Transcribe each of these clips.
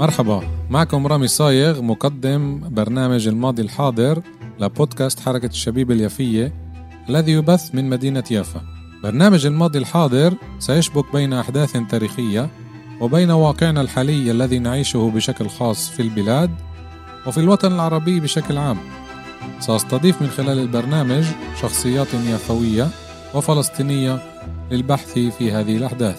مرحبا، معكم رامي صايغ مقدم برنامج الماضي الحاضر لبودكاست حركة الشبيب اليافية الذي يبث من مدينة يافا. برنامج الماضي الحاضر سيشبك بين أحداث تاريخية وبين واقعنا الحالي الذي نعيشه بشكل خاص في البلاد وفي الوطن العربي بشكل عام. سأستضيف من خلال البرنامج شخصيات يافوية وفلسطينية للبحث في هذه الأحداث.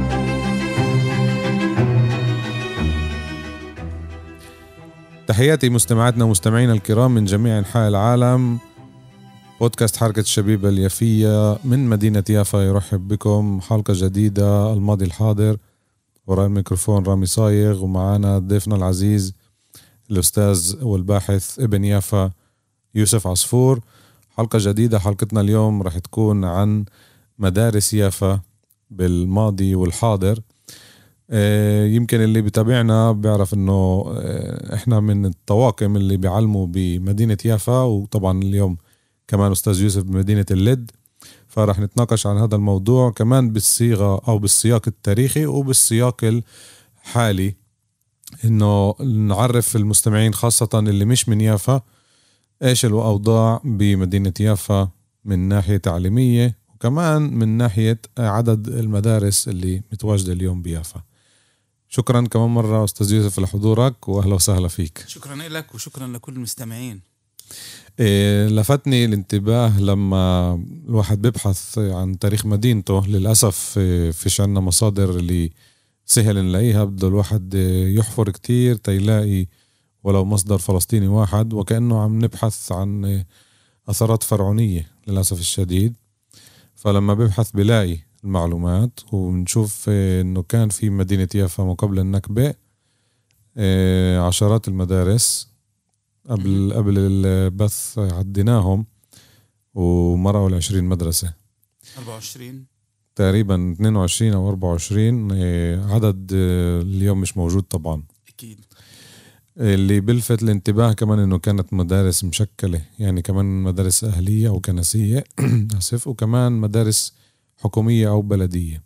تحياتي مستمعاتنا ومستمعينا الكرام من جميع أنحاء العالم. بودكاست حركة الشبيب اليافية من مدينة يافا يرحب بكم. حلقة جديدة الماضي الحاضر. وراء الميكروفون رامي صايغ، ومعنا ضيفنا العزيز الأستاذ والباحث ابن يافا يوسف عصفور. حلقة جديدة. حلقتنا اليوم رح تكون عن مدارس يافا بالماضي والحاضر. يمكن اللي بتابعنا بيعرف انه احنا من الطواقم اللي بيعلموا بمدينة يافا، وطبعا اليوم كمان أستاذ يوسف بمدينة اللد، فرح نتناقش عن هذا الموضوع كمان بالصيغة أو بالسياق التاريخي وبالسياق الحالي، إنه نعرف المستمعين خاصة اللي مش من يافا إيش الأوضاع بمدينة يافا من ناحية تعليمية وكمان من ناحية عدد المدارس اللي متواجدة اليوم بيافا. شكرا كمان مرة أستاذ يوسف لحضورك، وأهلا وسهلا فيك. شكرا لك وشكرا لكل المستمعين. لفتني الانتباه لما الواحد بيبحث عن تاريخ مدينته، للأسف فيش عنا مصادر اللي سهل نلاقيها، بده الواحد يحفر كتير تيلاقي ولو مصدر فلسطيني واحد، وكأنه عم نبحث عن أثرات فرعونية للأسف الشديد. فلما ببحث بلاقي المعلومات ونشوف إنه كان في مدينة يافا ما قبل النكبة عشرات المدارس. قبل البث عديناهم ومرقوا 20 مدرسة، 24 تقريبا 22 أو 24. عدد اليوم مش موجود طبعا. أكيد. اللي بلفت الانتباه كمان إنه كانت مدارس مشكلة، يعني كمان مدارس أهلية أو كنسية أسف، وكمان مدارس حكومية أو بلدية،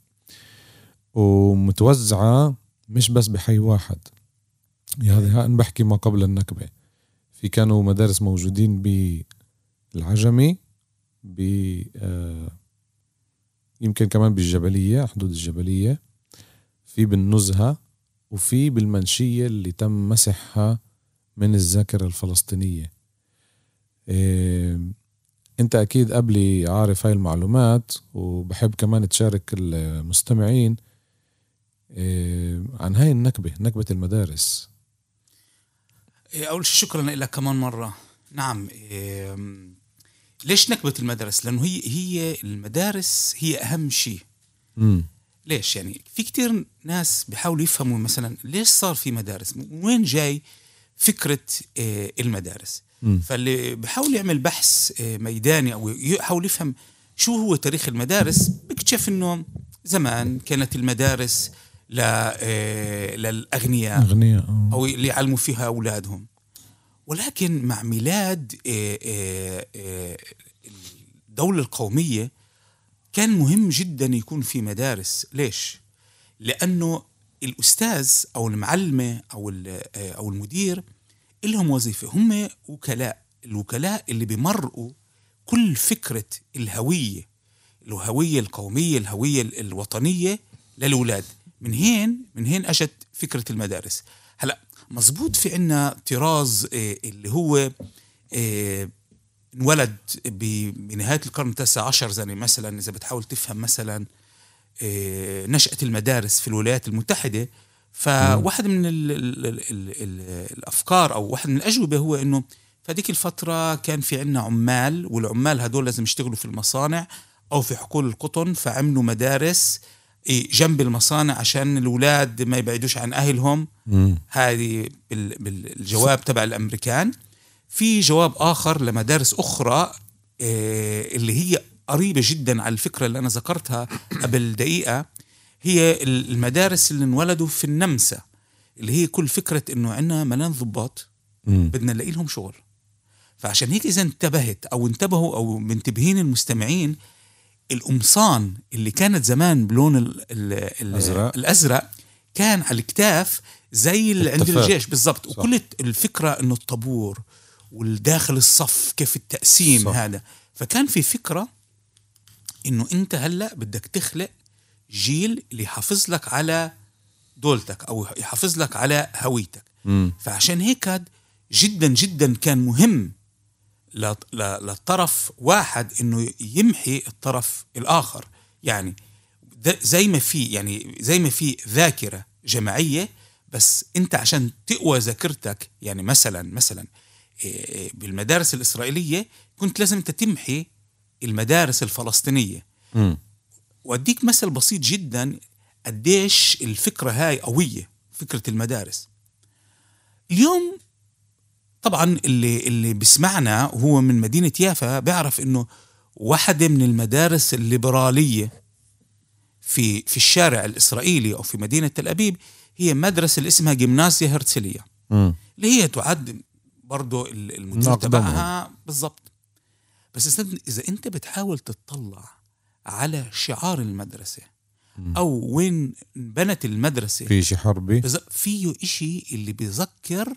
ومتوزعة مش بس بحي واحد. يعني هذا بحكي ما قبل النكبة. في كانوا مدارس موجودين بالعجمي، يمكن كمان بالجبلية، حدود الجبلية، في بالنزهة، وفي بالمنشية اللي تم مسحها من الذاكرة الفلسطينية. انت اكيد قبلي عارف هاي المعلومات، وبحب كمان تشارك المستمعين عن هاي النكبة، نكبة المدارس. أول شيء شكرا لك كمان مرة. نعم. ليش نكبة المدارس؟ لأنه هي المدارس هي أهم شيء. ليش؟ يعني في كتير ناس بيحاولوا يفهموا مثلا ليش صار في مدارس، وين جاي فكرة المدارس. فاللي بيحاول يعمل بحث ميداني أو يحاول يفهم شو هو تاريخ المدارس، بيكتشف إنه زمان كانت المدارس للأغنياء أو اللي يعلموا فيها أولادهم. ولكن مع ميلاد الدولة القومية كان مهم جدا يكون في مدارس. ليش؟ لأنه الأستاذ أو المعلمة أو المدير لهم وظيفة، هم وكلاء. الوكلاء اللي بيمرقوا كل فكرة الهوية القومية، الهوية الوطنية للأولاد. من هين أجت فكرة المدارس. هلأ مزبوط في عنا طراز اللي هو انولد بنهاية القرن 19 زي مثلا إذا بتحاول تفهم مثلا نشأة المدارس في الولايات المتحدة. فواحد من الأفكار أو واحد من الأجوبة هو إنه في هذيك الفترة كان في عنا عمال، والعمال هدول لازم يشتغلوا في المصانع أو في حقول القطن، فعملوا مدارس جنب المصانع عشان الأولاد ما يبعدوش عن أهلهم. هذه بالجواب تبع الأمريكان. في جواب آخر لمدارس أخرى اللي هي قريبة جدا على الفكرة اللي أنا ذكرتها قبل دقيقة، هي المدارس اللي انولدوا في النمسا، اللي هي كل فكرة إنه عنا ملان ضباط بدنا نلاقي لهم شغل. فعشان هيك إذا انتبهت أو انتبهوا أو منتبهين المستمعين، القمصان اللي كانت زمان بلون الأزرق كان على الكتاف زي اللي عند التفات. الجيش بالضبط. وكل الفكرة انه الطابور والداخل الصف كيف التقسيم صح. هذا. فكان في فكرة انه انت هلأ بدك تخلق جيل اللي يحافظ لك على دولتك او يحافظ لك على هويتك. فعشان هيك جدا جدا كان مهم للطرف واحد انه يمحي الطرف الاخر. يعني زي ما في ذاكرة جماعية، بس انت عشان تقوى ذاكرتك، يعني مثلا بالمدارس الإسرائيلية كنت لازم انت تمحي المدارس الفلسطينية. وأديك مثل بسيط جدا قديش الفكرة هاي قوية، فكرة المدارس. اليوم طبعا اللي بيسمعنا هو من مدينة يافا بيعرف انه واحدة من المدارس الليبرالية في الشارع الإسرائيلي أو في مدينة تل أبيب هي مدرسة اللي اسمها جيمنازيا هرتسلية، اللي هي تعد برضو المدير تبعها بالضبط. بس إذا أنت بتحاول تطلع على شعار المدرسة أو وين بنت المدرسة، في شيء حربي، فيه إشي اللي بيذكر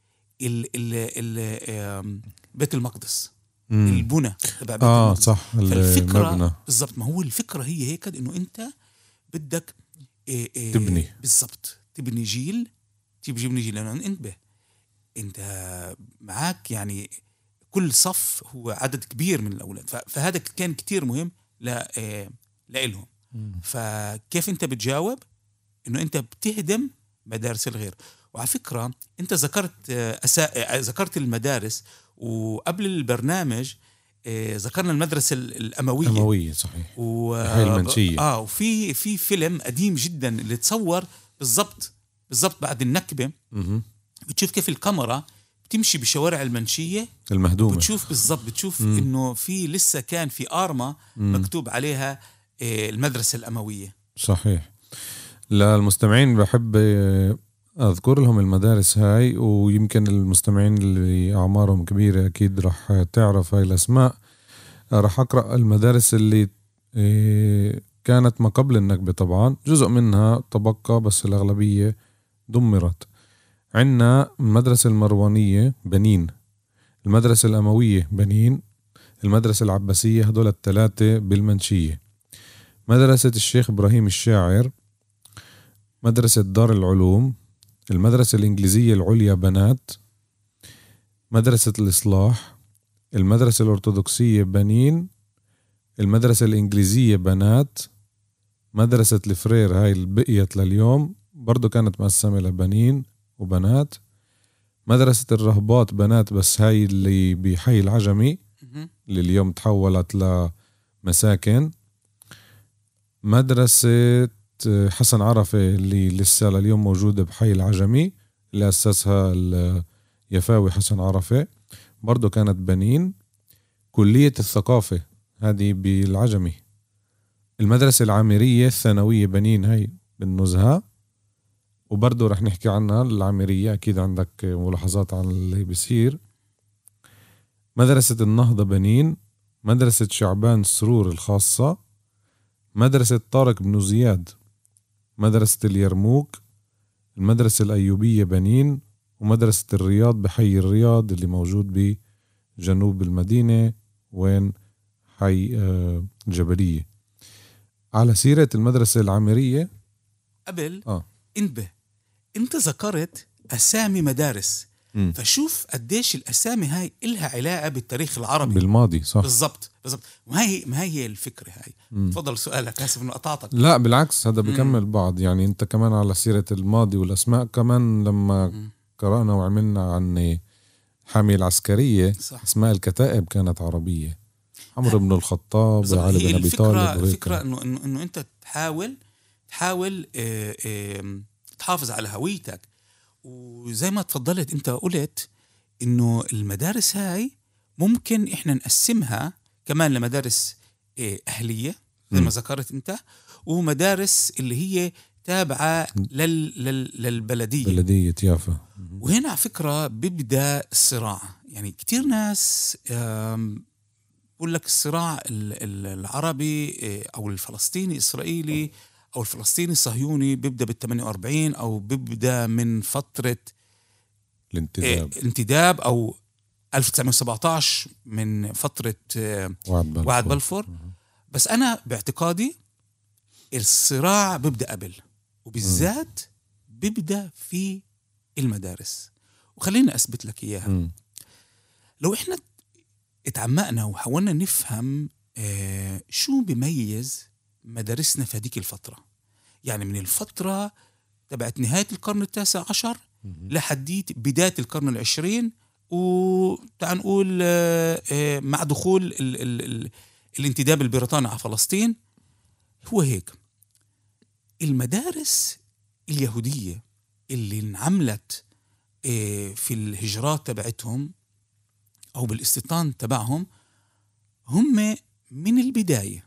بيت المقدس، البنى تبع بيت المقدس. صح، فالفكرة بالضبط، ما هو الفكرة هي هيك إنه أنت بدك تبني بالضبط، تبني جيل، لأنه أنت معك يعني كل صف هو عدد كبير من الأولاد. فهذا كان كتير مهم لإلهم. فكيف أنت بتجاوب إنه أنت بتهدم مدارس الغير. وعلى فكرة أنت ذكرت المدارس، وقبل البرنامج ذكرنا المدرسة الأموية. صحيح. المنشية. وفي فيلم قديم جدا اللي تصور بالضبط بعد النكبة. بتشوف كيف الكاميرا بتمشي بشوارع المنشية المهدومة، بتشوف إنه في لسه كان في آرما مكتوب عليها المدرسة الأموية. صحيح. للمستمعين بحب أذكر لهم المدارس هاي، ويمكن المستمعين اللي أعمارهم كبيرة أكيد رح تعرف هاي الأسماء. رح أقرأ المدارس اللي كانت ما قبل النكبة، طبعا جزء منها تبقى بس الأغلبية دمرت. عنا المدرسة المروانية بنين، المدرسة الأموية بنين، المدرسة العباسية، هدول الثلاثة بالمنشية. مدرسة الشيخ إبراهيم الشاعر، مدرسة دار العلوم، المدرسة الإنجليزية العليا بنات، مدرسة الإصلاح، المدرسة الأرثوذكسية بنين، المدرسة الإنجليزية بنات، مدرسة الفرير هاي اللي بقيت لليوم برضو كانت مقسمة لبنين وبنات، مدرسة الرهبات بنات بس هاي اللي بحي العجمي اللي اليوم تحولت لمساكن، مدرسة حسن عرفة اللي لسه لليوم موجودة بحي العجمي اللي أسسها اليفاوي حسن عرفة برضو كانت بنين، كلية الثقافة هذه بالعجمي، المدرسة العامرية الثانوية بنين هاي بالنزهة وبرضو رح نحكي عنها العامرية، أكيد عندك ملاحظات عن اللي بيصير. مدرسة النهضة بنين، مدرسة شعبان السرور الخاصة، مدرسة طارق بن زياد، مدرسة اليرموك، المدرسة الأيوبية بنين، ومدرسة الرياض بحي الرياض اللي موجود بجنوب المدينة وين حي الجبلية. على سيرة المدرسة العامرية قبل انت ذكرت أسامي مدارس فشوف قديش الأسامي هاي إلها علاقة بالتاريخ العربي بالماضي. صح بالضبط. ما هي الفكرة هاي. تفضل سؤالك، آسف إنه قطعتك. لا بالعكس، هذا بيكمل بعض. يعني انت كمان على سيرة الماضي والأسماء كمان لما قرأنا وعملنا عن حامي العسكرية صح. اسماء الكتائب كانت عربية، عمرو بن الخطاب وعلي بن أبي طالب. الفكرة إنه أنت تحاول تحافظ على هويتك. وزي ما تفضلت أنت قلت إنه المدارس هاي ممكن إحنا نقسمها كمان لمدارس أهلية زي ما ذكرت أنت، ومدارس اللي هي تابعة للبلدية، بلدية يافا. وهنا على فكرة بيبدأ الصراع. يعني كتير ناس بقول لك الصراع العربي أو الفلسطيني إسرائيلي أو الفلسطيني الصهيوني بيبدأ بال48 أو بيبدأ من فترة الانتداب أو 1917 من فترة وعد بلفور. بس أنا باعتقادي الصراع بيبدأ قبل، وبالذات بيبدأ في المدارس. وخليني أثبت لك إياها. لو إحنا اتعمقنا وحاولنا نفهم شو بيميز مدارسنا في هذيك الفترة، يعني من الفترة تبعت نهاية القرن ال19 لحديت بداية القرن ال20، وتعال نقول مع دخول الانتداب البريطاني على فلسطين. هو هيك المدارس اليهودية اللي انعملت في الهجرات تبعتهم أو بالاستيطان تبعهم، هم من البداية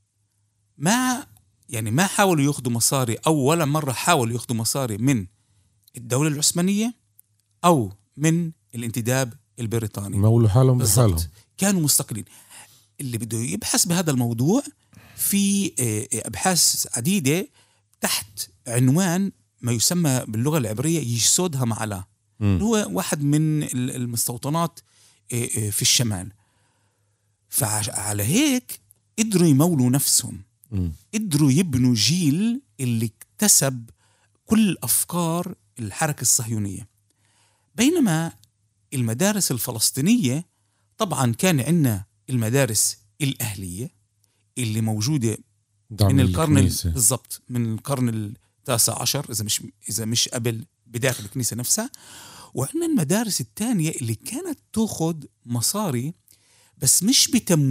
ما حاولوا ياخدوا مصاري، أو ولا مرة حاولوا ياخدوا مصاري من الدولة العثمانية أو من الانتداب البريطاني. مولوا حالهم بحالهم، كانوا مستقلين. اللي بده يبحث بهذا الموضوع في أبحاث عديدة تحت عنوان ما يسمى باللغة العبرية يسود همعلا، هو واحد من المستوطنات في الشمال. فعلى هيك قدروا يمولوا نفسهم، قدروا يبنوا جيل اللي اكتسب كل أفكار الحركة الصهيونية. بينما المدارس الفلسطينية طبعا كان عندنا المدارس الأهلية اللي موجودة من القرن بالضبط من القرن ال19 إذا مش قبل، بداخل الكنيسة نفسها. وعندنا المدارس الثانية اللي كانت تأخذ مصاري بس مش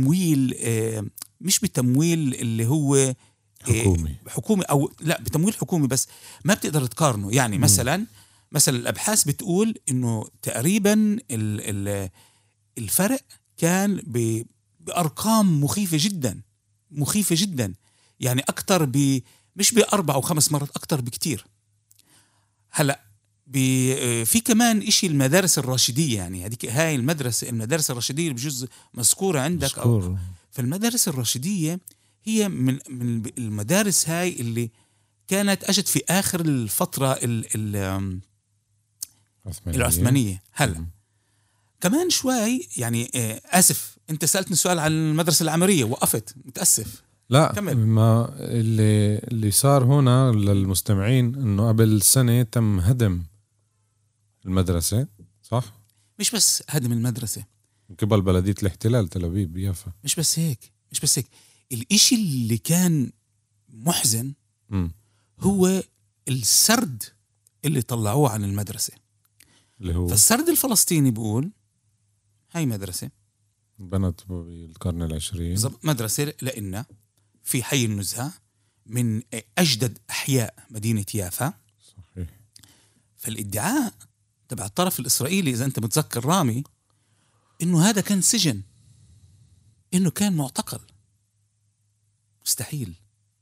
بتمويل اللي هو حكومي أو لا بتمويل حكومي، بس ما بتقدر تقارنه. يعني مثلا الأبحاث بتقول إنه تقريبا الفرق كان بأرقام مخيفة جدا، يعني أكتر مش ب4 أو 5 مرات، أكتر بكتير. هلأ في كمان إشي المدارس الراشدية، يعني هاي المدارس الراشدية اللي بجوز مذكورة عندك أو فالمدارس الراشدية هي من المدارس هاي اللي كانت أجت في آخر الفترة العثمانية. هلأ كمان شوي يعني آسف، أنت سألتني سؤال عن المدرسة العمرية، وقفت، متأسف. لا كمل. ما اللي صار هنا للمستمعين إنه قبل سنة تم هدم المدرسة، صح؟ مش بس هدم المدرسة من قبل بلدية الاحتلال تل أبيب يافا. مش بس هيك الإشي اللي كان محزن هو السرد اللي طلعوه عن المدرسة، اللي هو فالسرد الفلسطيني بيقول هاي مدرسة بنت بالقرن ال20، مدرسة لأنها في حي النزهة من أجدد أحياء مدينة يافا. صحيح. فالادعاء تبع الطرف الإسرائيلي إذا أنت متذكر رامي إنه هذا كان سجن، إنه كان معتقل. مستحيل.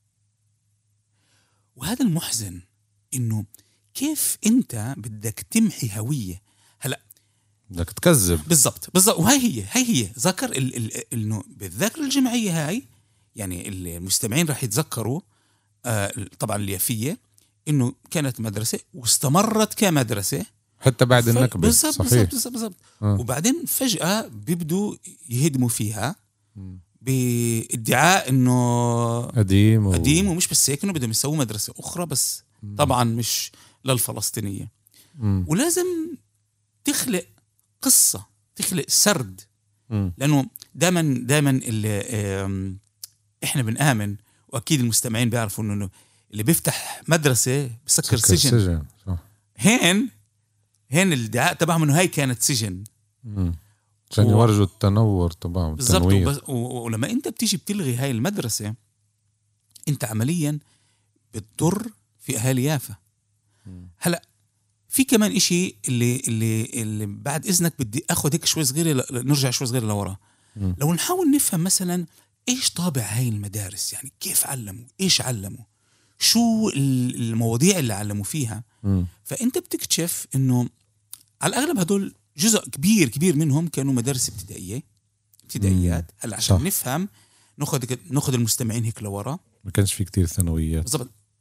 وهذا المحزن إنه كيف أنت بدك تمحي هوية. هلأ بدك تكذب. بالضبط. وهي هي ذكر إنه بالذاكرة الجماعية هاي، يعني المستمعين راح يتذكروا طبعا اليافية إنه كانت مدرسة واستمرت كمدرسة حتى بعد النكبة. بالضبط. وبعدين فجأة بيبدوا يهدموا فيها بادعاء إنه قديم ومش بس هيك، إنه بدهم يسووا مدرسة أخرى بس طبعا مش للفلسطينية. ولازم تخلق قصة، تخلق سرد، لأنه دائما اللي إحنا بنآمن، وأكيد المستمعين بيعرفوا إنه اللي بيفتح مدرسة بسكر سجن. صح. هين الادعاء تبعهم إنه هاي كانت سجن عشان يورجوا التنور تبعهم. بالضبط. ولما أنت بتيجي بتلغي هاي المدرسة، أنت عمليا بتضر في أهالي يافا. هلأ في كمان إشي اللي بعد إذنك بدي أخذ هيك شوي صغيرة، نرجع شوي صغيرة لورا. لو نحاول نفهم مثلا إيش طابع هاي المدارس، يعني كيف علموا، إيش علموا، شو المواضيع اللي علموا فيها. فأنت بتكتشف إنه على الأغلب هدول جزء كبير منهم كانوا مدارس ابتدائيات. هلا عشان نفهم ناخذ المستمعين هيك لورا، ما كانش في كتير ثانويات. بالضبط.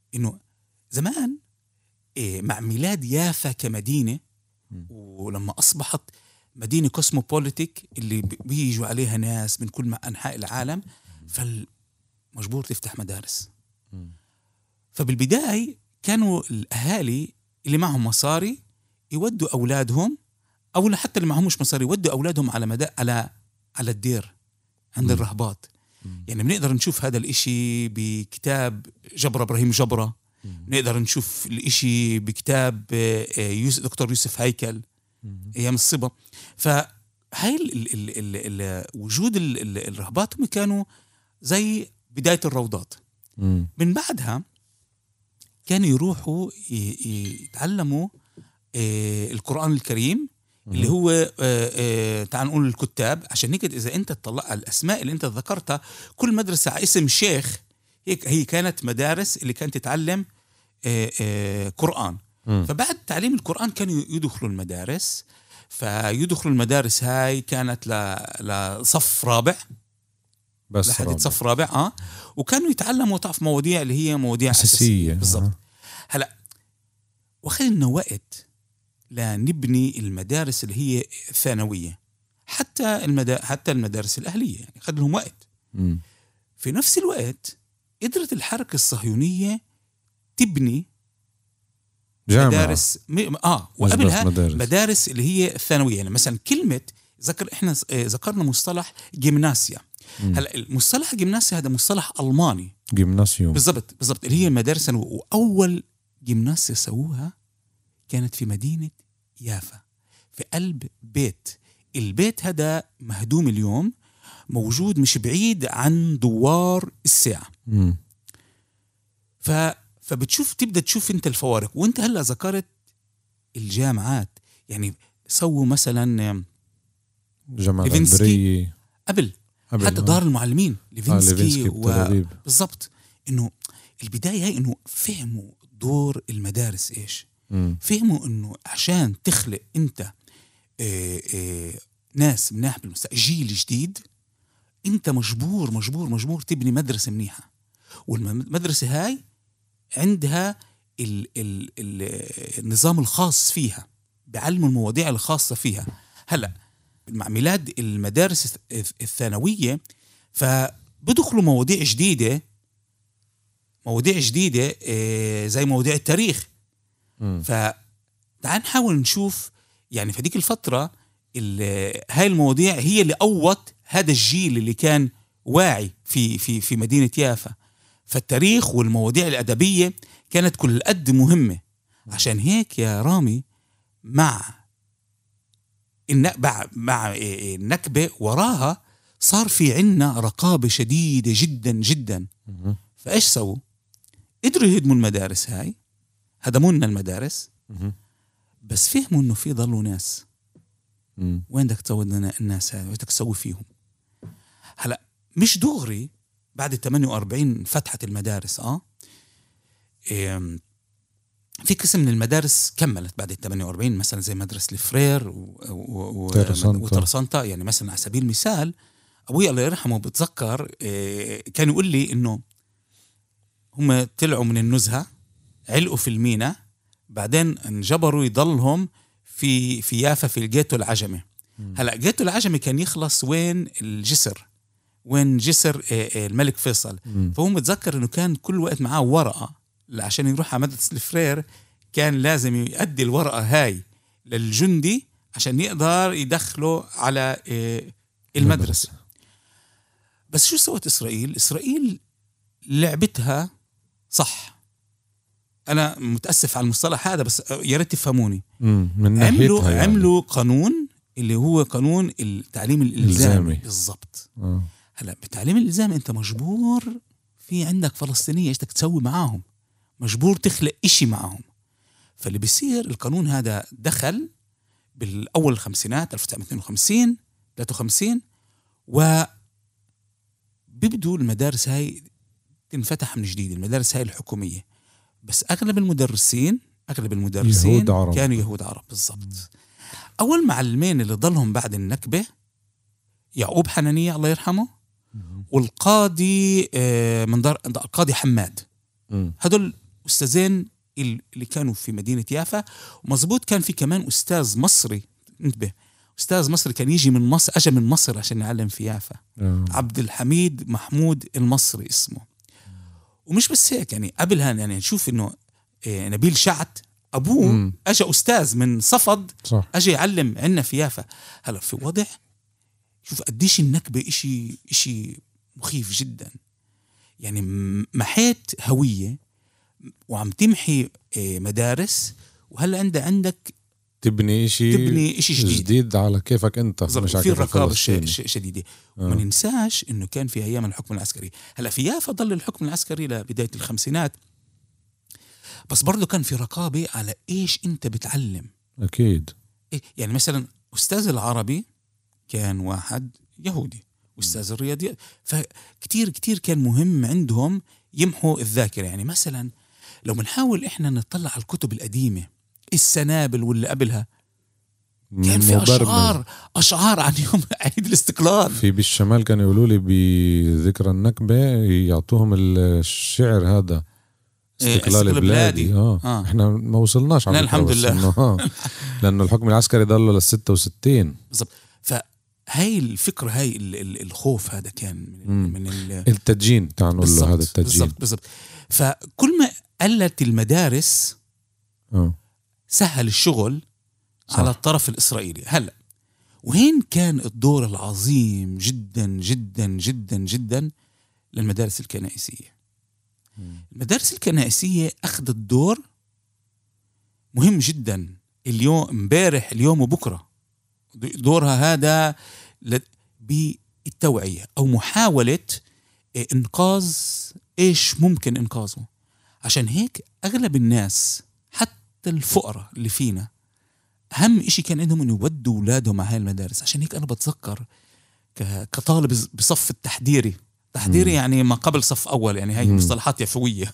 إنه زمان مع ميلاد يافا كمدينة، ولما أصبحت مدينة كوسموبوليتيك اللي بيجوا عليها ناس من كل أنحاء العالم، فالمجبور تفتح مدارس. فبالبداية كانوا الأهالي اللي معهم مصاري يودوا أولادهم، أو حتى اللي معهمش مصاري يودوا أولادهم على الدير عند الرهبات. يعني بنقدر نشوف هذا الإشي بكتاب جبرة إبراهيم جبرة، نقدر نشوف الإشي بكتاب دكتور يوسف هيكل أيام الصبا. فهاي وجود الرهبات هم كانوا زي بداية الروضات. من بعدها كانوا يروحوا يتعلموا القرآن الكريم اللي هو تعال نقول الكتاب. عشان هيك إذا أنت تطلع على الأسماء اللي أنت ذكرتها، كل مدرسة على اسم شيخ، هي كانت مدارس اللي كانت تتعلم قرآن. فبعد تعليم القرآن كانوا يدخلوا المدارس. فيدخلوا المدارس هاي كانت لصف رابع، بس لحد صف رابع. وكانوا يتعلموا تعرف مواضيع اللي هي مواضيع أساسية بالضبط. هلأ وخلنا وقت لنبني المدارس اللي هي ثانوية، حتى المدارس الأهلية يعني خد لهم وقت. في نفس الوقت قدرت الحركة الصهيونية تبني جامعة. مدارس وقبلها مدارس اللي هي الثانوية. يعني مثلا كلمة احنا ذكرنا مصطلح جيمناسيا. هلا المصطلح جيمناسيا هذا مصطلح ألماني، جيمناسيوم بالضبط اللي هي مدارس ثانوية. وأول جيمناسيا سووها كانت في مدينة يافا، في قلب البيت هذا مهدوم اليوم، موجود مش بعيد عن دوار الساعة. فبتشوف تبدأ تشوف انت الفوارق. وانت هلأ ذكرت الجامعات، يعني سووا مثلا جامعة ليفينسكي قبل حتى دار المعلمين ليفينسكي بالضبط. انه البداية هي انه فهموا دور المدارس ايش. فهموا انه عشان تخلق انت ناس مناح بالمستقبل، جيل جديد، انت مجبور تبني مدرسة منيحة. والمدرسة هاي عندها النظام الخاص فيها، بعلموا المواضيع الخاصة فيها. هلأ مع ميلاد المدارس الثانوية فبدخلوا مواضيع جديدة زي مواضيع التاريخ. فتعال نحاول نشوف يعني في هذيك الفترة هاي المواضيع هي اللي قوت هذا الجيل اللي كان واعي في مدينة يافا. فالتاريخ والمواضيع الأدبية كانت كل قد مهمة. عشان هيك يا رامي مع النكبة وراها صار في عنا رقابة شديدة جدا جدا. فإيش سووا؟ قدروا يهدموا المدارس هاي، هدموا لنا المدارس، بس فهموا إنه في ضلوا ناس. وين بدك تسوي لنا الناس هاي؟ وين بدك تسوي فيهم؟ هلأ مش دغري بعد 48 فتحت المدارس. في قسم من المدارس كملت بعد 48، مثلا زي مدرسة الفرير وترسانتا. يعني مثلا على سبيل المثال أبوي الله يرحمه بتذكر كان يقول لي إنه هم طلعوا من النزهة، علقوا في المينا، بعدين انجبروا يضلهم في يافا في الجيتو العجمي. هلأ جيتو العجمي كان يخلص وين جسر الملك فيصل. فهو متذكر إنه كان كل وقت معاه ورقة عشان يروح على مدرسة الفرير، كان لازم يؤدي الورقة هاي للجندي عشان يقدر يدخله على المدرسة. بس شو سوت إسرائيل لعبتها صح. أنا متأسف على المصطلح هذا بس يا ريت تفهموني. عملوا قانون اللي هو قانون التعليم الإلزامي بالضبط. هلا بالتعليم الإلزامي أنت مجبور، في عندك فلسطينية ايش بدك تسوي معاهم، مجبور تخلق إشي معاهم. فاللي بيصير القانون هذا دخل بالأول الخمسينات 1952 53 وبيبدوا المدارس هاي تنفتح من جديد، المدارس هاي الحكومية. بس أغلب المدرسين كانوا يهود عرب بالضبط. أول معلمين اللي ضلهم بعد النكبة يعقوب حنانية الله يرحمه، والقاضي من دار القاضي حماد. هدول أستاذين اللي كانوا في مدينة يافا. ومزبوط كان في كمان أستاذ مصري، انتبه، أستاذ مصري كان يجي من مصر، أجا من مصر عشان يعلم في يافا. عبد الحميد محمود المصري اسمه. ومش بس هيك، يعني قبلها يعني نشوف إنه نبيل شعت أبوه أجا أستاذ من صفد، صح. أجا يعلم عنا في يافا. هلا في وضع، شوف قديش النكبة إشي مخيف جدا. يعني محيت هوية وعم تمحي مدارس، وهلا عندك تبني إشي جديد على كيفك أنت، مش على كيف الرقابة شديدة. وما ننساش إنه كان في أيام الحكم العسكري. هلا في يافا ضل الحكم العسكري لبداية الخمسينات، بس برضو كان في رقابة على إيش أنت بتعلم. أكيد. يعني مثلا أستاذ العربي كان واحد يهودي، أستاذ الرياضيات، فكتير كتير كان مهم عندهم يمحوا الذاكرة. يعني مثلا لو بنحاول إحنا نطلع على الكتب القديمة، السنابل واللي قبلها، كان في أشعار عن يوم عيد الاستقلال. في بالشمال كانوا يقولوا لي بذكرى النكبة يعطوهم الشعر هذا، استقلال بلادي. احنا ما وصلناش على الحمد لله. لأنه الحكم العسكري ضل لل66 بالضبط. فهاي الفكرة، هاي الخوف هذا كان من التدجين، تعال نقول له هذا التدجين. بالضبط. فكل ما قلت المدارس سهل الشغل صح. على الطرف الإسرائيلي. هلا وين كان الدور العظيم جدا جدا جدا جدا للمدارس الكنائسية؟ المدارس الكنائسية أخذت دور مهم جدا اليوم، امبارح، اليوم وبكرة. دورها هذا بالتوعية أو محاولة إنقاذ إيش ممكن إنقاذه. عشان هيك أغلب الناس حتى الفقراء اللي فينا أهم إشي كان عندهم إنه يودوا أولادهم على هاي المدارس. عشان هيك أنا بتذكر كطالب بصف التحضيري يعني ما قبل صف أول، يعني هاي مصطلحات يفوية.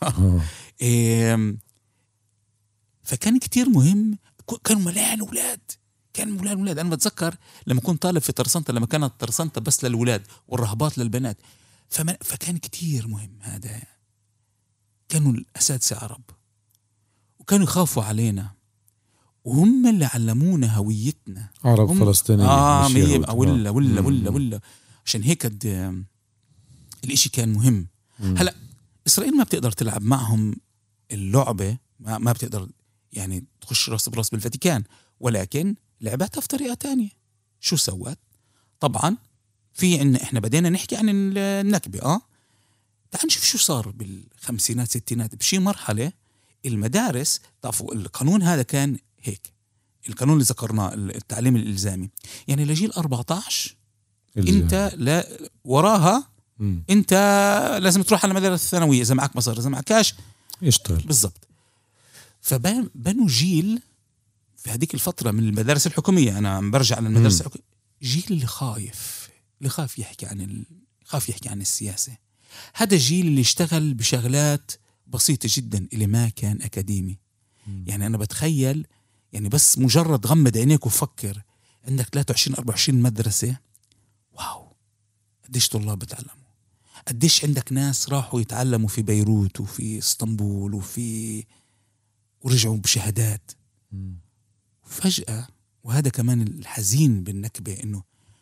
فكان كتير مهم، كانوا ملاعن أولاد، أنا بتذكر لما كنت طالب في ترسنطة، لما كانت ترسنطة بس للولاد والرهبات للبنات، فكان كتير مهم هذا. كانوا الأساتذة عرب وكانوا يخافوا علينا، وهم اللي علمونا هويتنا، عرب فلسطينيين ولا عشان هيك الاشي كان مهم. هلأ إسرائيل ما بتقدر تلعب معهم اللعبة، ما بتقدر يعني تخش راس براس بالفاتيكان، ولكن لعبتها في طريقة تانية. شو سوت؟ طبعا في عنا احنا بدينا نحكي عن النكبة. تعال نشوف شو صار بالخمسينات ستينات. بشي مرحلة المدارس، تعرفوا القانون هذا كان هيك، القانون اللي ذكرناه التعليم الإلزامي، يعني لجيل 14 انت لا وراها انت لازم تروح على المدارس الثانوية، اذا معك مصاري، اذا معكاش يشتغل. بالضبط. فبنوا جيل في هذيك الفترة من المدارس الحكومية، انا عم برجع للمدارس الحكومية، جيل اللي خاف يحكي عن السياسة. هذا الجيل اللي اشتغل بشغلات بسيطة جدا، اللي ما كان أكاديمي. يعني أنا بتخيل، يعني بس مجرد غمض عينيك وفكر، عندك 23-24 مدرسة، واو قديش طلاب بتعلموا، قديش عندك ناس راحوا يتعلموا في بيروت وفي اسطنبول ورجعوا بشهادات. فجأة، وهذا كمان الحزين بالنكبة، إنه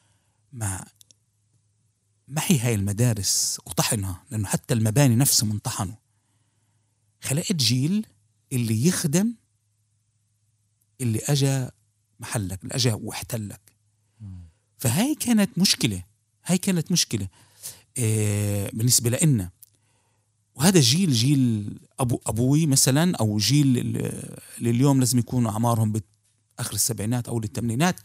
محي هاي المدارس وطحنها، لأنه حتى المباني نفسهم انطحنوا. خلقت جيل اللي يخدم اللي أجا محلك، اللي أجا واحتلك. فهاي كانت مشكلة بالنسبة لنا. وهذا جيل أبوي مثلا، أو جيل اللي اليوم لازم يكونوا أعمارهم بآخر السبعينات أو الثمانينات.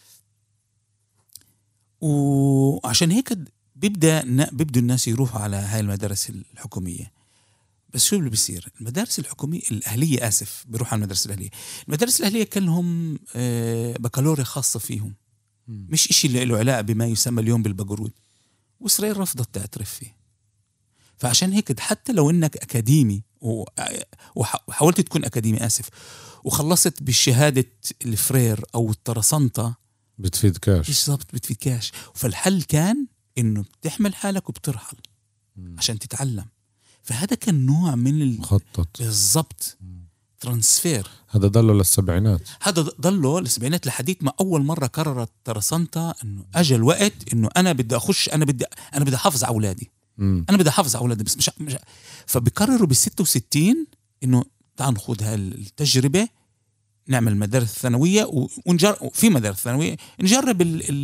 وعشان هيك بيبدوا الناس يروحوا على هاي المدارس الحكومية. بس شو اللي بيصير؟ المدارس الحكومية الأهلية، بيروحوا على المدارس الأهلية. المدارس الأهلية كان لهم بكالوريا خاصة فيهم، مش إشي اللي له علاقة بما يسمى اليوم بالبقرود، وإسرائيل رفضت تعترف فيه. فعشان هيك حتى لو إنك أكاديمي وحاولت تكون أكاديمي وخلصت بالشهادة الفرير أو الترسنطة، بتفيد كاش. بالضبط، بتفيد كاش. فالحل كان إنه بتحمل حالك وبترحل عشان تتعلم. فهذا كان نوع من مخطط بالضبط ترانسفير. هذا ضله للسبعينات، هذا ضله للسبعينات لحديث ما أول مرة قررت ترسانتا إنه أجى الوقت إنه أنا بدي أخش، أنا بدي أحافظ على أولادي. أنا بدي أحافظ على أولادي بس مش فبقرروا بال66 إنه تعال نخوض هالتجربة، نعمل مدارس ثانوية ونجرب في مدارس ثانوية، نجرب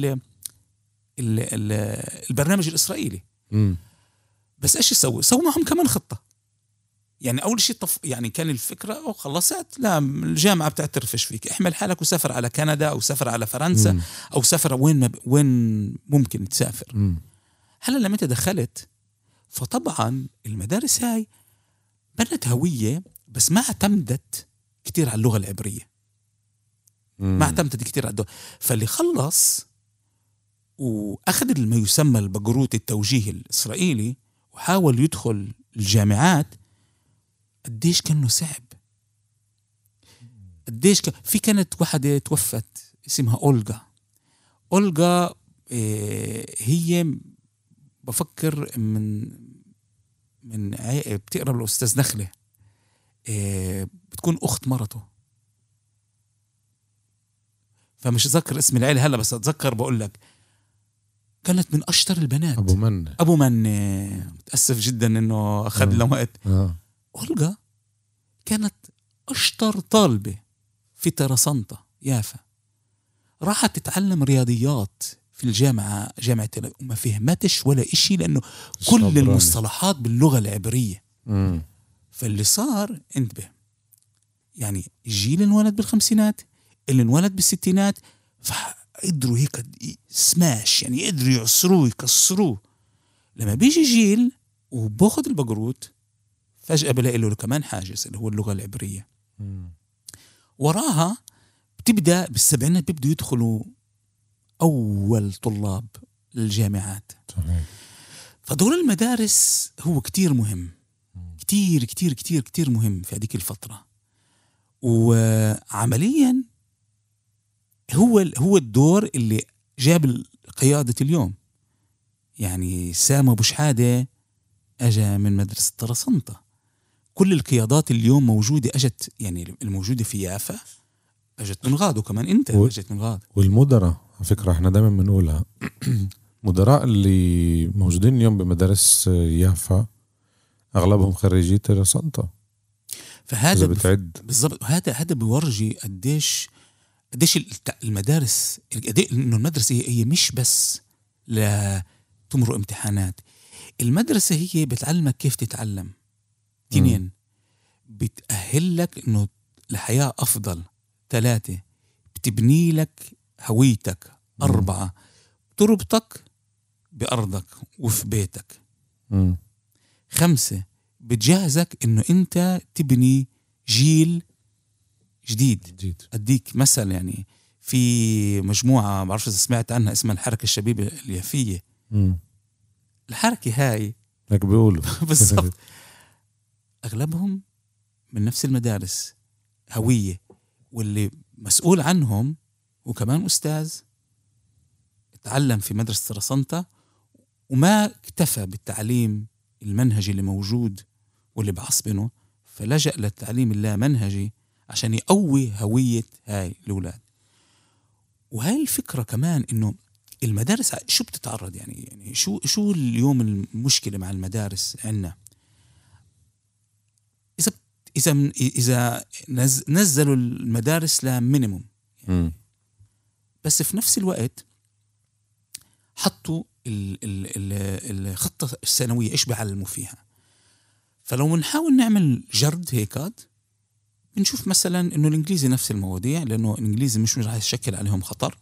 البرنامج الإسرائيلي. بس إيش سووا معهم كمان خطة. يعني أول شيء يعني كان الفكرة أو خلصت، لا الجامعة بتعترفش فيك، احمل حالك وسافر على كندا أو سافر على فرنسا أو سافر وين ممكن تسافر. هلا لما أنت دخلت، فطبعا المدارس هاي بنت هوية بس ما اعتمدت كتير على اللغة العبرية، ما اعتمدت كتير على اللغة. فاللي خلص وأخذ ما يسمى البقروت التوجيه الإسرائيلي وحاول يدخل الجامعات، قديش كانه صعب، قديش في كانت واحدة توفت اسمها أولغا. هي بفكر من بتقرب الأستاذ نخلة، بتكون أخت مرته، فمش أتذكر اسم العيلة هلا، بس أتذكر بقول لك كانت من أشطر البنات. أبو من متأسف جدا إنه أخذ له وقت. أولغا كانت أشطر طالبة في ترسانتا يافا، راحت تتعلم رياضيات في الجامعة، جامعة وما فهمتش ولا إشي لأنه كل المصطلحات باللغة العبرية. فاللي صار انتبه، يعني الجيل اللي انولد بالخمسينات، اللي انولد بالستينات، فقدروا هيك سماش، يعني قدروا يعصروه يكسروه. لما بيجي جيل وباخد البقروت، فجأة بلاقي له كمان حاجز اللي هو اللغة العبرية. وراها بتبدأ بالسبعينات بيبدوا يدخلوا أول طلاب للجامعات. فدور المدارس هو كتير مهم، كتير كتير كتير كتير مهم في هذيك الفترة. وعمليا هو الدور اللي جاب قيادة اليوم. يعني سام أبو شحادة أجا من مدرسة ترسانتا، كل القيادات اليوم موجودة أجت، يعني الموجودة في يافا أجت من غاد، وكمان أنت أجت من غاد. والمدراء على فكرة احنا دائما بنقولها مدراء اللي موجودين اليوم بمدارس يافا أغلبهم خريجي ترسانتا. فهذا بالضبط، هذا بيورجي قديش المدارس، إنه المدرسة هي مش بس لتمرق امتحانات، المدرسة هي بتعلمك كيف تتعلم. 2 بتأهلك إنه لحياة أفضل. 3 بتبني لك هويتك. 4 تربطك بأرضك وفي بيتك. 5 بتجهزك إنه أنت تبني جيل جديد. أديك مثل، يعني في مجموعة بعرفش إذا سمعت عنها اسمها الحركة الشبيبة اليافية. الحركة هاي لك بيقولوا بالضبط أغلبهم من نفس المدارس، هوية، واللي مسؤول عنهم وكمان أستاذ تعلم في مدرسة ترسانتا وما اكتفى بالتعليم المنهجي اللي موجود واللي بعصبنه، فلجأ للتعليم اللامنهجي عشان يقوي هوية هاي الأولاد. وهاي الفكرة كمان إنه المدارس شو بتتعرض، يعني شو اليوم المشكلة مع المدارس عنا؟ إذا نزلوا المدارس لمينيموم، بس في نفس الوقت حطوا الخطة السنوية إيش بعلموا فيها. فلو بنحاول نعمل جرد هيكاد، بنشوف مثلا إنه الإنجليزي نفس المواضيع، لأنه الإنجليزي مش راح يشكل عليهم خطر.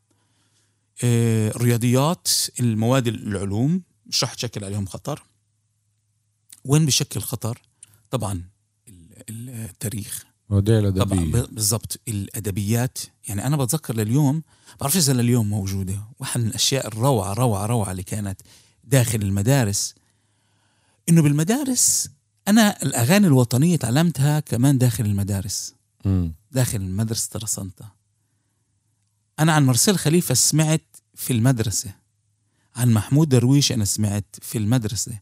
الرياضيات، المواد العلوم مش راح تشكل عليهم خطر. وين بشكل خطر؟ طبعا التاريخ، طبعا بالضبط الأدبيات. يعني أنا بتذكر لليوم، بعرفش إذا لليوم موجودة، واحد من الأشياء الروعة روعة روعة اللي كانت داخل المدارس، إنه بالمدارس أنا الأغاني الوطنية تعلمتها كمان داخل المدارس. داخل مدرسة ترسانتا أنا عن مرسل خليفة سمعت في المدرسة، عن محمود درويش أنا سمعت في المدرسة،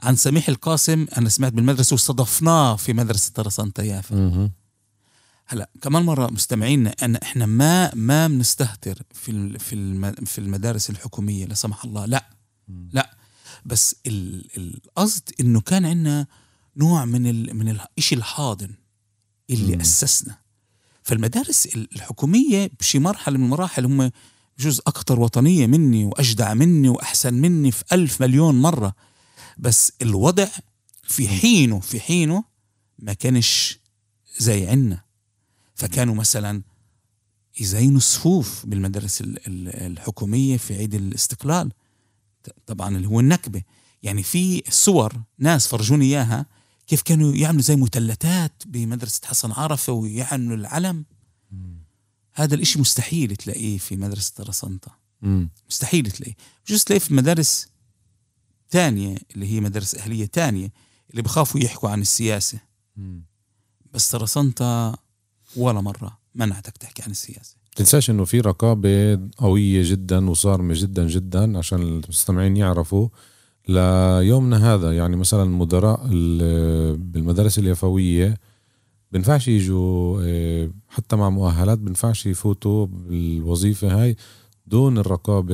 عن سميح القاسم أنا سمعت بالمدرسة واستضفناه في مدرسة طرسانتا يافا. هلا كمان مرة مستمعينا أن إحنا ما بنستهتر في المدارس الحكومية لا سمح الله، لا بس القصد إنه كان عندنا نوع من الإشي الحاضن اللي أسسنا. فالمدارس الحكومية بشي مرحلة من المراحل هم بجوز أكتر وطنية مني وأجدع مني وأحسن مني في 1000 مليون مرة، بس الوضع في حينه ما كانش زي عنا. فكانوا مثلا يزينوا الصفوف بالمدارس الحكومية في عيد الاستقلال، طبعا اللي هو النكبة. يعني في صور ناس فرجوني إياها كيف كانوا يعملوا زي مثلثات بمدرسة حسن عرفة ويعملوا العلم. هذا الاشي مستحيل تلاقيه في مدرسة طرسانتا، مستحيل تلاقيه. بجوز تلاقيه في مدارس تانية اللي هي مدارس أهلية تانية اللي بخافوا يحكوا عن السياسة. بس طرسانتا ولا مرة منعتك تحكي عن السياسة. تنساش انه في رقابة قوية جدا وصارمة جدا جدا عشان المستمعين يعرفوا ليومنا هذا. يعني مثلا المدراء بالمدارس اليافوية بنفعش يجوا حتى مع مؤهلات، بنفعش يفوتوا بالوظيفة هاي دون الرقابة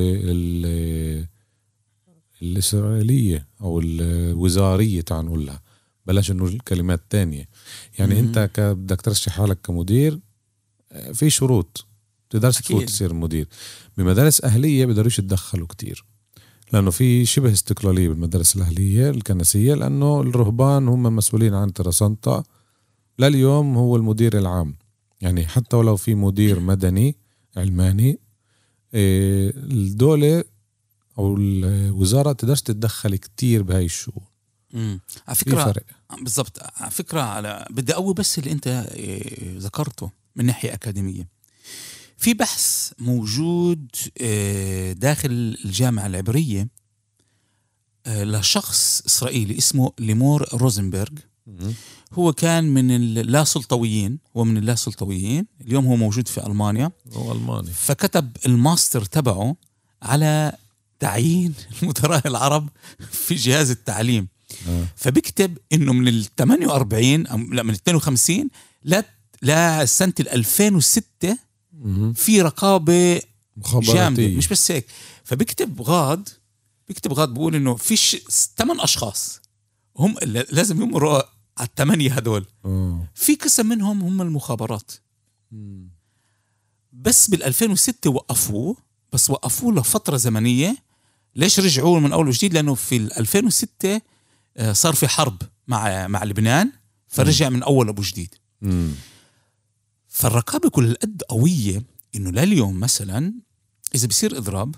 الإسرائيلية أو الوزارية تعال نقولها، بلاش إنه الكلمات تانية. يعني أنت بدك ترشح حالك كمدير في شروط تقدرش تفوت تصير مدير. بمدارس أهلية بقدروش يتدخلوا كتير لأنه في شبه استقلالية بالمدارس الأهلية الكنسية، لأنه الرهبان هم مسؤولين عن طرسانتا لليوم، هو المدير العام. يعني حتى ولو في مدير مدني علماني الدولة أو الوزارة تقدرش تتدخل كتير بهاي الشؤون. على فكرة بالضبط، على فكرة على بدي أقوي بس اللي أنت ذكرته من ناحية أكاديمية. في بحث موجود داخل الجامعة العبرية لشخص إسرائيلي اسمه ليمور روزنبرغ. هو كان من اللا سلطويين، هو من اللا سلطويين، اليوم هو موجود في ألمانيا. هو ألماني. فكتب الماستر تبعه على تعيين المدراء العرب في جهاز التعليم. فبيكتب إنه من 48 أو لا من 52 لا سنة 2006 في رقابة جامدة. مش بس هيك، فبيكتب غاد بيقول إنه فيش 8 أشخاص هم لازم يمروا على 8 هدول. في قسم منهم هم المخابرات. بس بال2006 وقفوه، بس وقفوه لفترة زمنية. ليش رجعوا من أول وجديد؟ لأنه في 2006 صار في حرب مع لبنان، فرجع من أول أبو جديد. فالرقابة كل القد قوية إنه لليوم مثلا إذا بصير إضراب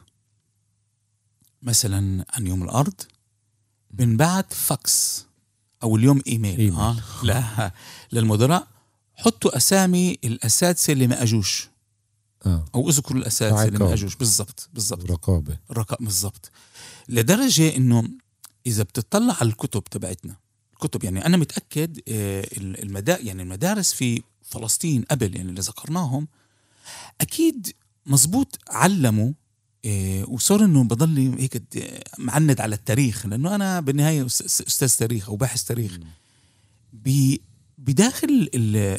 مثلا عن يوم الأرض بنبعت فاكس أو اليوم إيميل. لا للمدراء حطوا أسامي الأساتذة اللي ما أجوش أو أذكروا الأساتذة اللي ما أجوش. بالضبط رقابة بالضبط. لدرجة إنه إذا بتطلع على الكتب تبعتنا، الكتب يعني أنا متأكد يعني المدارس في فلسطين قبل يعني اللي ذكرناهم أكيد مزبوط علموا وصار إنه بضل هيك معند على التاريخ، لأنه أنا بالنهاية أستاذ تاريخ أو باحث تاريخ. بداخل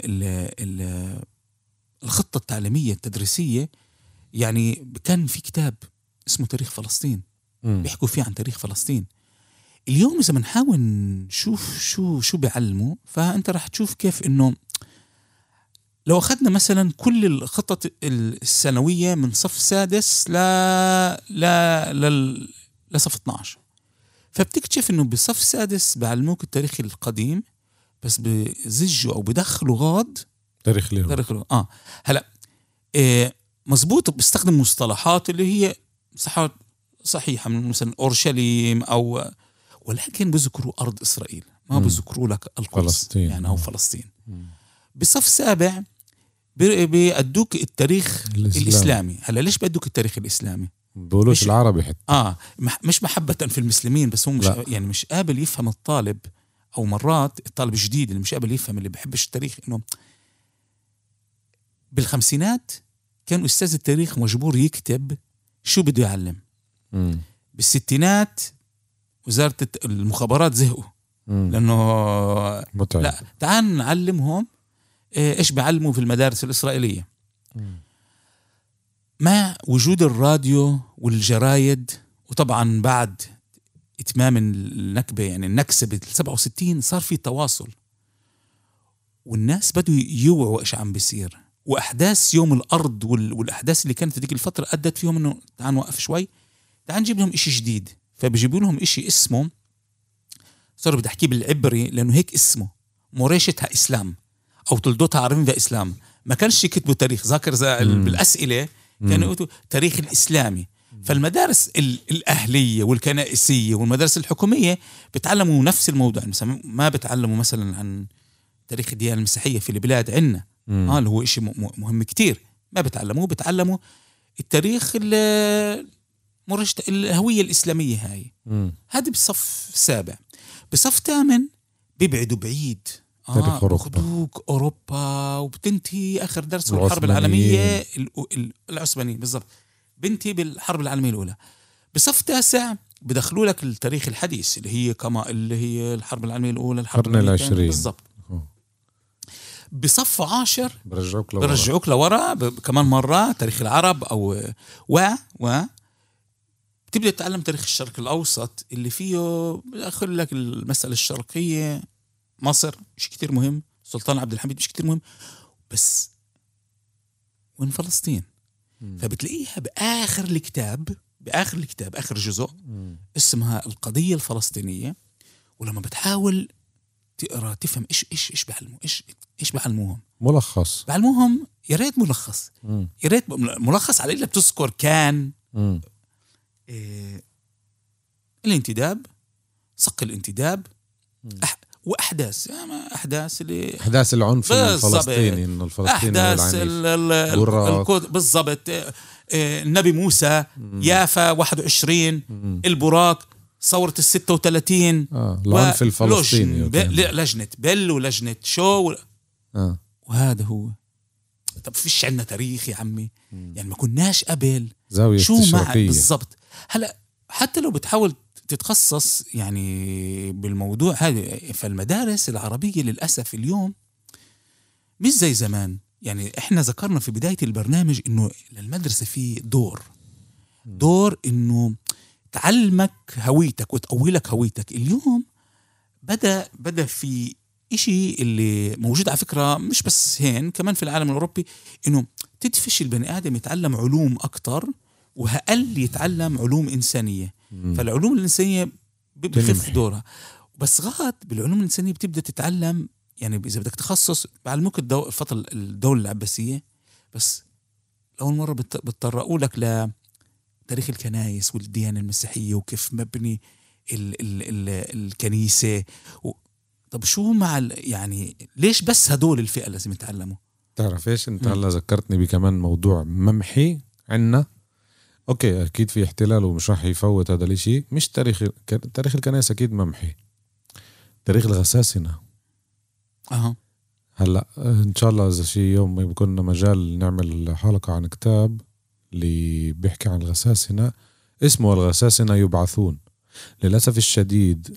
الخطة التعليمية التدريسية يعني كان في كتاب اسمه تاريخ فلسطين بيحكوا فيه عن تاريخ فلسطين. اليوم إذا بنحاول نشوف شو بيعلموا، فأنت راح تشوف كيف إنه لو أخذنا مثلا كل الخطط السنوية من صف سادس لصف 12، فبتكتشف إنه بصف سادس بعلموك التاريخ القديم، بس بزجوا أو بدخلوا غاد تاريخ له. هلا مزبوط بستخدم مصطلحات اللي هي صحيحة من مثلا أورشليم ولكن بذكروا أرض إسرائيل، ما بذكروا لك القدس يعني أو فلسطين. بصف سابع بيأدوك التاريخ الإسلامي. هلا ليش بيأدوك التاريخ الإسلامي؟ بقولوش العربي حتى مش محبة في المسلمين، بس هو مش قابل يفهم الطالب، أو مرات الطالب الجديد اللي مش قابل يفهم، اللي بحبش التاريخ. إنه بالخمسينات كان أستاذ التاريخ مجبور يكتب شو بده يعلم. بالستينات وزارة المخابرات زهقوا لأنه متعب. لا، تعال نعلمهم إيش بعلموا في المدارس الإسرائيلية. مع وجود الراديو والجرايد، وطبعا بعد إتمام النكبة يعني النكسة بال67 صار في تواصل، والناس بدوا يوعوا إيش عم بيصير، وأحداث يوم الأرض والأحداث اللي كانت في ديك الفترة أدت فيهم إنه تعال نوقف شوي، تعال نجيب لهم إشي جديد. فبيجيبوا لهم إشي اسمه، صار بدي أحكيه بالعبري لأنه هيك اسمه، مورشتها إسلام أو تلدوتها عربية إسلام. ما كانش يكتبوا تاريخ، ذاكر بالأسئلة كانوا يقولوا تاريخ الإسلامي. فالمدارس الأهلية والكنائسية والمدارس الحكومية بتعلموا نفس الموضوع، ما بتعلموا مثلا عن تاريخ الديانة المسيحية في البلاد عنا اللي هو إشي مهم كتير، ما بتعلموا التاريخ مرشد الهوية الإسلامية هاي. هذه بالصف السابع. بصف 8 بيبعدوا بعيد، بخدوك أوروبا، وبتنتهي آخر درس الحرب العالمية العثمانية بالضبط، بنتي بالحرب العالمية الأولى. بصف 9 بدخلوا لك التاريخ الحديث اللي هي الحرب العالمية الأولى، الحرب العشرين بالضبط. بصف 10 برجعوك لورا كمان مرة تاريخ العرب أو تبدأ تتعلم تاريخ الشرق الأوسط اللي فيه بدخل لك المسألة الشرقية، مصر مش كتير مهم، سلطان عبد الحميد مش كتير مهم، بس وين فلسطين؟ فبتلاقيها بآخر الكتاب آخر جزء اسمها القضية الفلسطينية. ولما بتحاول تقرأ تفهم إيش بعلموا إيش بعلموهم، ملخص بعلموهم، يا ريت ملخص، يا ريت ملخص على اللي بتذكر كان الانتداب، صق الانتداب، وأحداث أحداث العنف الفلسطيني، إنه الفلسطيني أحداث الكود بالضبط. النبي موسى، يافا 21، البراق، ثورة 36، العنف الفلسطيني، لجنة بل ولجنة شو وهذا هو. طب فيش عنا تاريخ يا عمي؟ يعني ما كناش قبل زاوية شو معك بالضبط. هلأ حتى لو بتحاول تتخصص يعني بالموضوع هذا، فالمدارس العربية للأسف اليوم مش زي زمان. يعني احنا ذكرنا في بداية البرنامج انه للمدرسة فيه دور انه تعلمك هويتك وتقويلك هويتك. اليوم بدأ في إشي اللي موجود على فكرة مش بس هين، كمان في العالم الأوروبي، إنه تدفش البني آدم يتعلم علوم أكتر وهقل يتعلم علوم إنسانية. فالعلوم الإنسانية بخف دورها، بس غاد بالعلوم الإنسانية بتبدأ تتعلم. يعني إذا بدك تخصص بعلموك الدولة العباسية، بس أول مرة بتطرقوا لك لتاريخ الكنائس والديانة المسيحية وكيف مبني الكنيسة طب شو يعني ليش بس هدول الفئة لازم يتعلموا؟ تعرف إيش أنت هلا ذكرتني بكمان موضوع ممحي عنا. أوكي أكيد في احتلال ومش راح يفوت هذا الاشي. مش تاريخ الكنائس أكيد ممحي، تاريخ الغساسنة. هلا إن شاء الله إذا شي يوم بيكون مجال نعمل حلقة عن كتاب اللي بيحكي عن الغساسنة، اسمه الغساسنة يبعثون. للأسف الشديد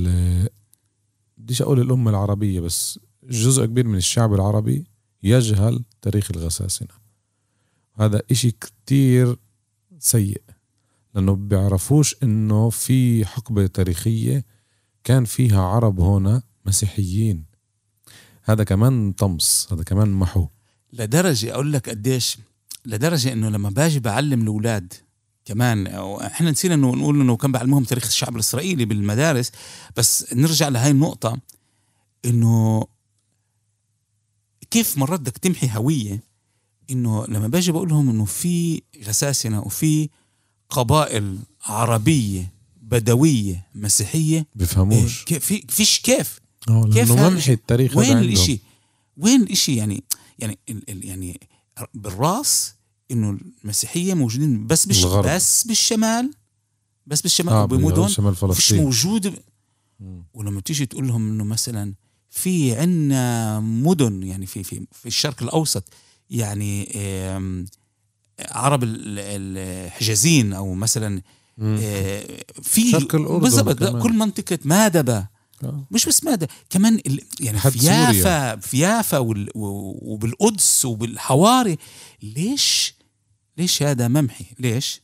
بديش أقول الأمة العربية، بس جزء كبير من الشعب العربي يجهل تاريخ الغساسنة. هذا إشي كتير سيء، لأنه بيعرفوش إنه في حقبة تاريخية كان فيها عرب هنا مسيحيين. هذا كمان طمس، هذا كمان محو. لدرجة أقول لك قديش، لدرجة إنه لما باجي بعلم الأولاد كمان، أو إحنا نسينا إنه نقول إنه كان بعلمهم تاريخ الشعب الإسرائيلي بالمدارس، بس نرجع لهاي النقطة إنه كيف مرات بدك تمحي هوية. إنه لما باجي بقولهم إنه في غساسنة وفي قبائل عربية بدوية مسيحية، بفهموش فيش كيف ممحي التاريخ. وين الإشي يعني بالراس إنه المسيحية موجودين بس بالشمال بمدن مش موجود. ولما تيجي تقول لهم إنه مثلا في عنا مدن يعني في الشرق الأوسط، يعني عرب الحجازين، أو مثلا في شرق الأردن بالضبط كمان. كل منطقة مادبة مش بس مادة كمان يعني في يافا وبالقدس وبالحواري. ليش هذا ممحي؟ ليش؟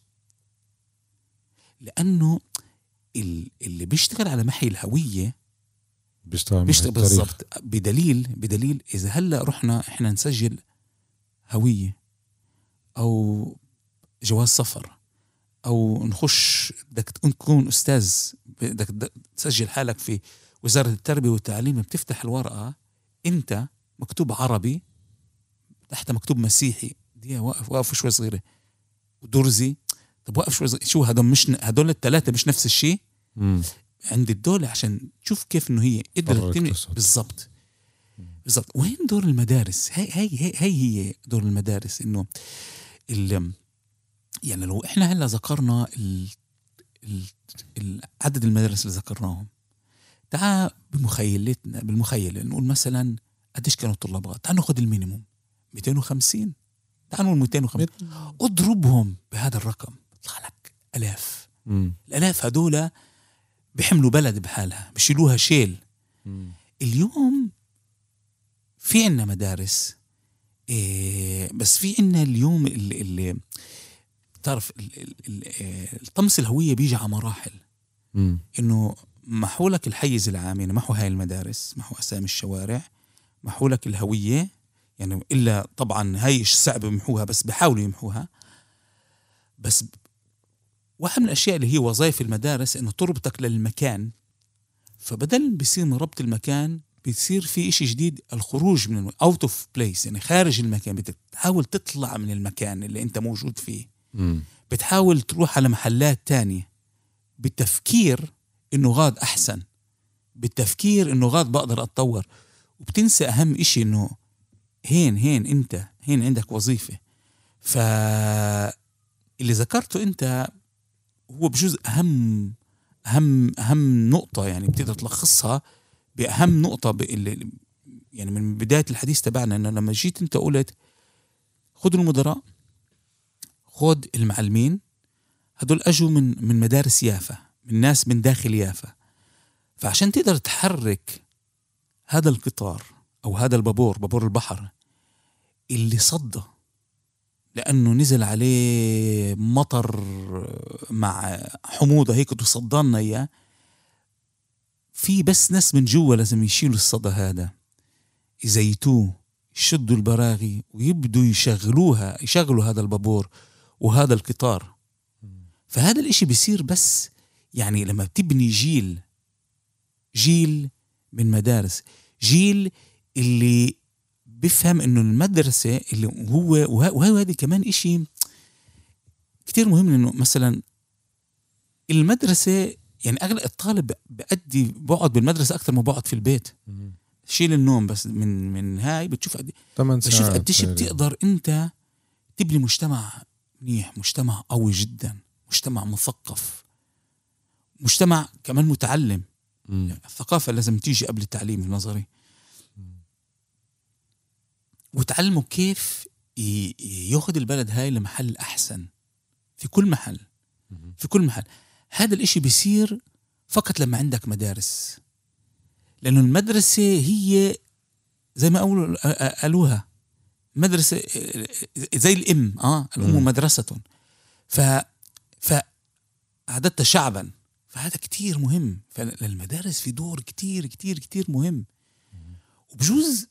لأنه اللي بيشتغل على محي الهوية بيشتغل بالضبط. بدليل إذا هلأ رحنا إحنا نسجل هوية أو جواز سفر أو نخش بدك تكون أستاذ، بدك تسجل حالك في وزارة التربية والتعليم، بتفتح الورقة أنت مكتوب عربي تحت مكتوب مسيحي. دي واقف شوي صغيرة ودرزي. طب وقف شوي شو هدول الثلاثة مش نفس الشيء عند الدولة عشان تشوف كيف إنه هي قدرت بالضبط. وين دور المدارس؟ هي دور المدارس. إنه يعني لو إحنا هلا ذكرنا عدد المدارس اللي ذكرناهم، تعال بالمخيلة نقول مثلا قديش كانوا الطلابات. تعال ناخذ المينيموم 250. تعال نقول 250 اضربهم بهذا الرقم يطلع لك آلاف. الآلاف هدول بيحملوا بلد بحالها، بيشيلوها شيل. اليوم في عنا مدارس بس في عنا اليوم اللي تعرف الطمس الهوية بيجي على مراحل. إنه محولك الحيز العام، يعني محو هاي المدارس، محو أسامي الشوارع، محولك الهوية. يعني إلا طبعا هاي صعب يمحوها بس بحاولوا يمحوها. بس واحد من الأشياء اللي هي وظائف المدارس إنه تربطك للمكان. فبدل بيصير من ربط المكان بيصير في إشي جديد، الخروج من out of place، يعني خارج المكان. بتحاول تطلع من المكان اللي أنت موجود فيه. بتحاول تروح على محلات تانية بالتفكير إنه غاد أحسن، بالتفكير إنه غاد بقدر أتطور. وبتنسى أهم إشي إنه أنت عندك وظيفة. فاللي ذكرته أنت هو بجزء أهم نقطة، يعني بتقدر تلخصها بأهم نقطة يعني من بداية الحديث تبعنا. إنه لما جيت أنت قلت خذ المدراء، خذ المعلمين، هدول أجوا من مدارس يافا، من ناس من داخل يافا. فعشان تقدر تحرك هذا القطار أو هذا بابور البحر اللي صدى لأنه نزل عليه مطر مع حموضة هيك وصدنا إياه، في بس ناس من جوا لازم يشيلوا الصدى هذا، يزيتوه، يشدوا البراغي ويبدوا يشغلوا هذا البابور وهذا القطار. فهذا الاشي بيصير بس يعني لما بتبني جيل من مدارس، جيل اللي بيفهم انه المدرسة اللي هو هذا كمان اشي كتير مهم. انه مثلا المدرسة يعني اغلب الطالب بقعد بالمدرسة اكثر ما بقعد في البيت. شيل النوم بس من هاي بتشوف قديش بتقدر انت تبني مجتمع منيح، مجتمع قوي جدا، مجتمع مثقف، مجتمع كمان متعلم. الثقافة لازم تيجي قبل التعليم النظري، وتعلموا كيف ياخذ البلد هاي لمحل أحسن في كل محل. هذا الاشي بيصير فقط لما عندك مدارس، لأنه المدرسة هي زي ما قالوها مدرسة زي الأم. الأم مدرسة. فعددت شعبا، فهذا كتير مهم. فالمدارس في دور كتير كتير كتير مهم. وبجوز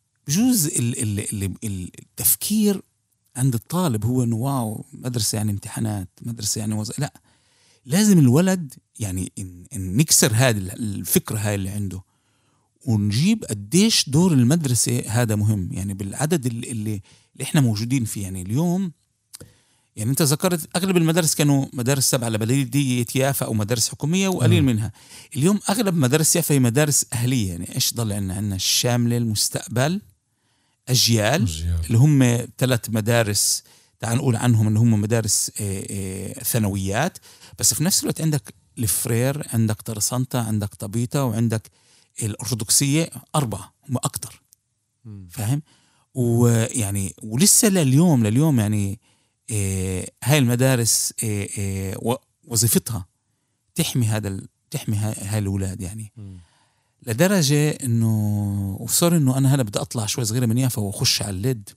التفكير عند الطالب هو انه واو مدرسة يعني امتحانات، مدرسة يعني لا، لازم الولد يعني نكسر هذه الفكرة هاي اللي عنده ونجيب قديش دور المدرسة هذا مهم. يعني بالعدد اللي احنا موجودين فيه. يعني اليوم يعني انت ذكرت اغلب المدارس كانوا مدارس تبع لبلدية يافا او مدارس حكومية وقليل منها. اليوم اغلب مدارس يافا هي مدارس اهلية. يعني ايش ضل عندنا الشاملة، المستقبل، أجيال اللي هم 3 مدارس تعال نقول عنهم اللي هم مدارس ثانويات. بس في نفس الوقت عندك الفرير، عندك ترسانتا، عندك طبيطة، وعندك الأرثوذكسية. 4 هم أكتر. فاهم؟ ويعني ولسه لليوم يعني هاي المدارس وظيفتها تحمي تحمي هاي الأولاد يعني. لدرجة إنه وصار إنه أنا هلا بدي أطلع شوي صغيرة من يافا وأخش على اللد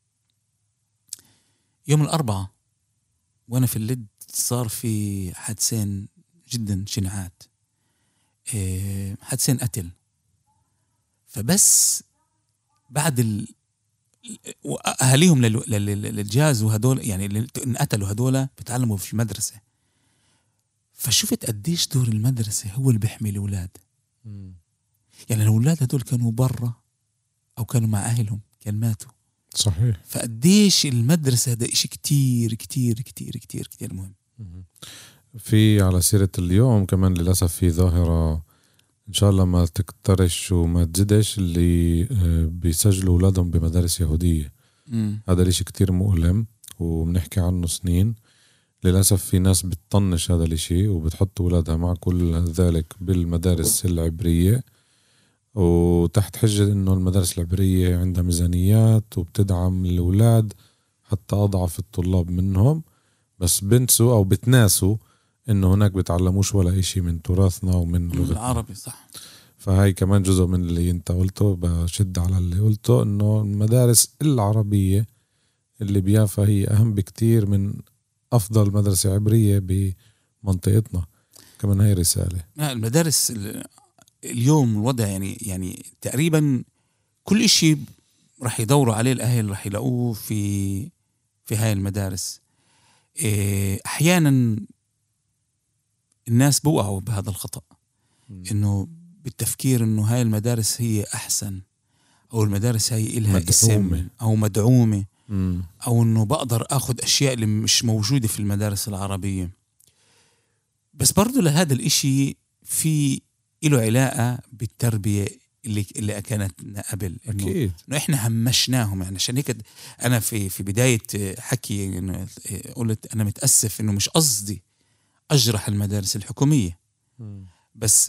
يوم الأربعاء، وأنا في اللد صار في حادثين جدا شنعات، حادثين قتل. فبس بعد أهاليهم للجاز وهدول يعني اللي انقتلوا هدول بتعلموا في المدرسة. فشفت قديش دور المدرسة هو اللي بيحمي الأولاد. يعني الأولاد هدول كانوا برا أو كانوا مع أهلهم كان ماتوا. صحيح. فقديش المدرسة هذا إشي كتير كتير كتير كتير كتير مهم. في على سيرة اليوم كمان للأسف في ظاهرة إن شاء الله ما تكترش وما تزدش، اللي بيسجلوا أولادهم بمدارس يهودية. هذا الاشي كتير مؤلم وبنحكي عنه سنين. للأسف في ناس بتطنش هذا الاشي وبتحط أولادها مع كل ذلك بالمدارس العبرية، وتحت حجة إنه المدارس العبرية عندها ميزانيات وبتدعم الأولاد حتى أضعف الطلاب منهم، بس بنسوا أو بتناسوا إنه هناك بتعلموش ولا إشي من تراثنا ومن لغتنا العربي. صح. فهاي كمان جزء من اللي انت قلته، بشد على اللي قلته إنه المدارس العربية اللي بيافا هي أهم بكتير من أفضل مدرسة عبرية بمنطقتنا. كمان هاي رسالة. المدارس اليوم الوضع يعني تقريبا كل إشي رح يدوروا عليه الأهل رح يلاقوه في هاي المدارس. أحيانا الناس بوقعوا بهذا الخطأ، إنه بالتفكير إنه هاي المدارس هي أحسن، أو المدارس هاي إلها اسم أو مدعومة، أو إنه بقدر أخذ أشياء اللي مش موجودة في المدارس العربية. بس برضو لهذا الإشي في له علاقة بالتربية اللي كانت قبل. أكيد. إنه إحنا همشناهم يعني. عشان هيك أنا في بداية حكي إنه قلت أنا متأسف إنه مش قصدي أجرح المدارس الحكومية، بس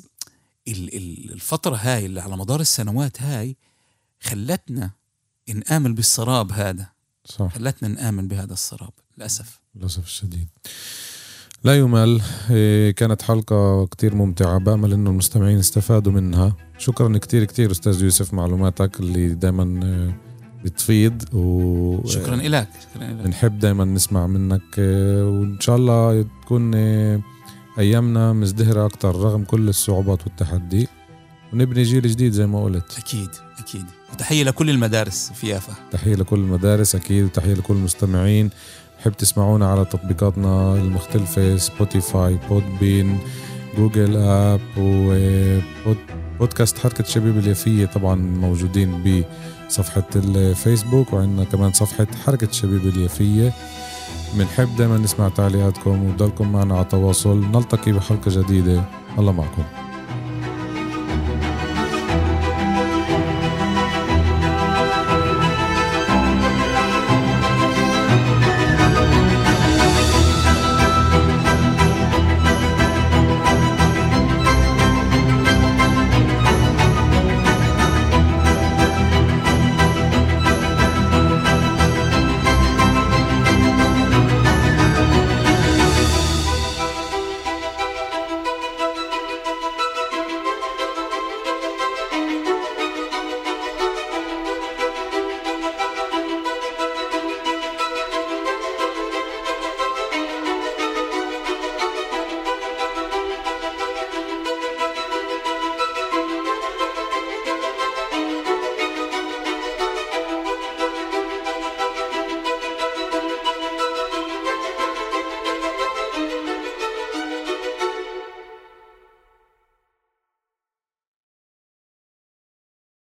الفترة هاي اللي على مدار السنوات هاي خلتنا نآمن بالسراب هذا. صح. خلتنا نآمن بهذا السراب للأسف الشديد. لا يمل. كانت حلقة كتير ممتعة، بأمل إنه المستمعين استفادوا منها. شكرا كتير كتير أستاذ يوسف، معلوماتك اللي دايما بتفيد شكرا إلك. نحب دايما نسمع منك، وإن شاء الله تكون أيامنا مزدهرة أكتر رغم كل الصعوبات والتحدي، ونبني جيل جديد زي ما قلت. أكيد. وتحية لكل المدارس في يافا. تحية لكل المدارس أكيد، وتحية لكل المستمعين. حب تسمعونا على تطبيقاتنا المختلفة، سبوتيفاي، بودبين، جوجل آب، وبودكاست حركة شبيب اليافية. طبعا موجودين بصفحة الفيسبوك، وعندنا كمان صفحة حركة شبيب اليافية. بنحب دايما نسمع تعليقاتكم وضلكم معنا على تواصل. نلتقي بحلقة جديدة. الله معكم.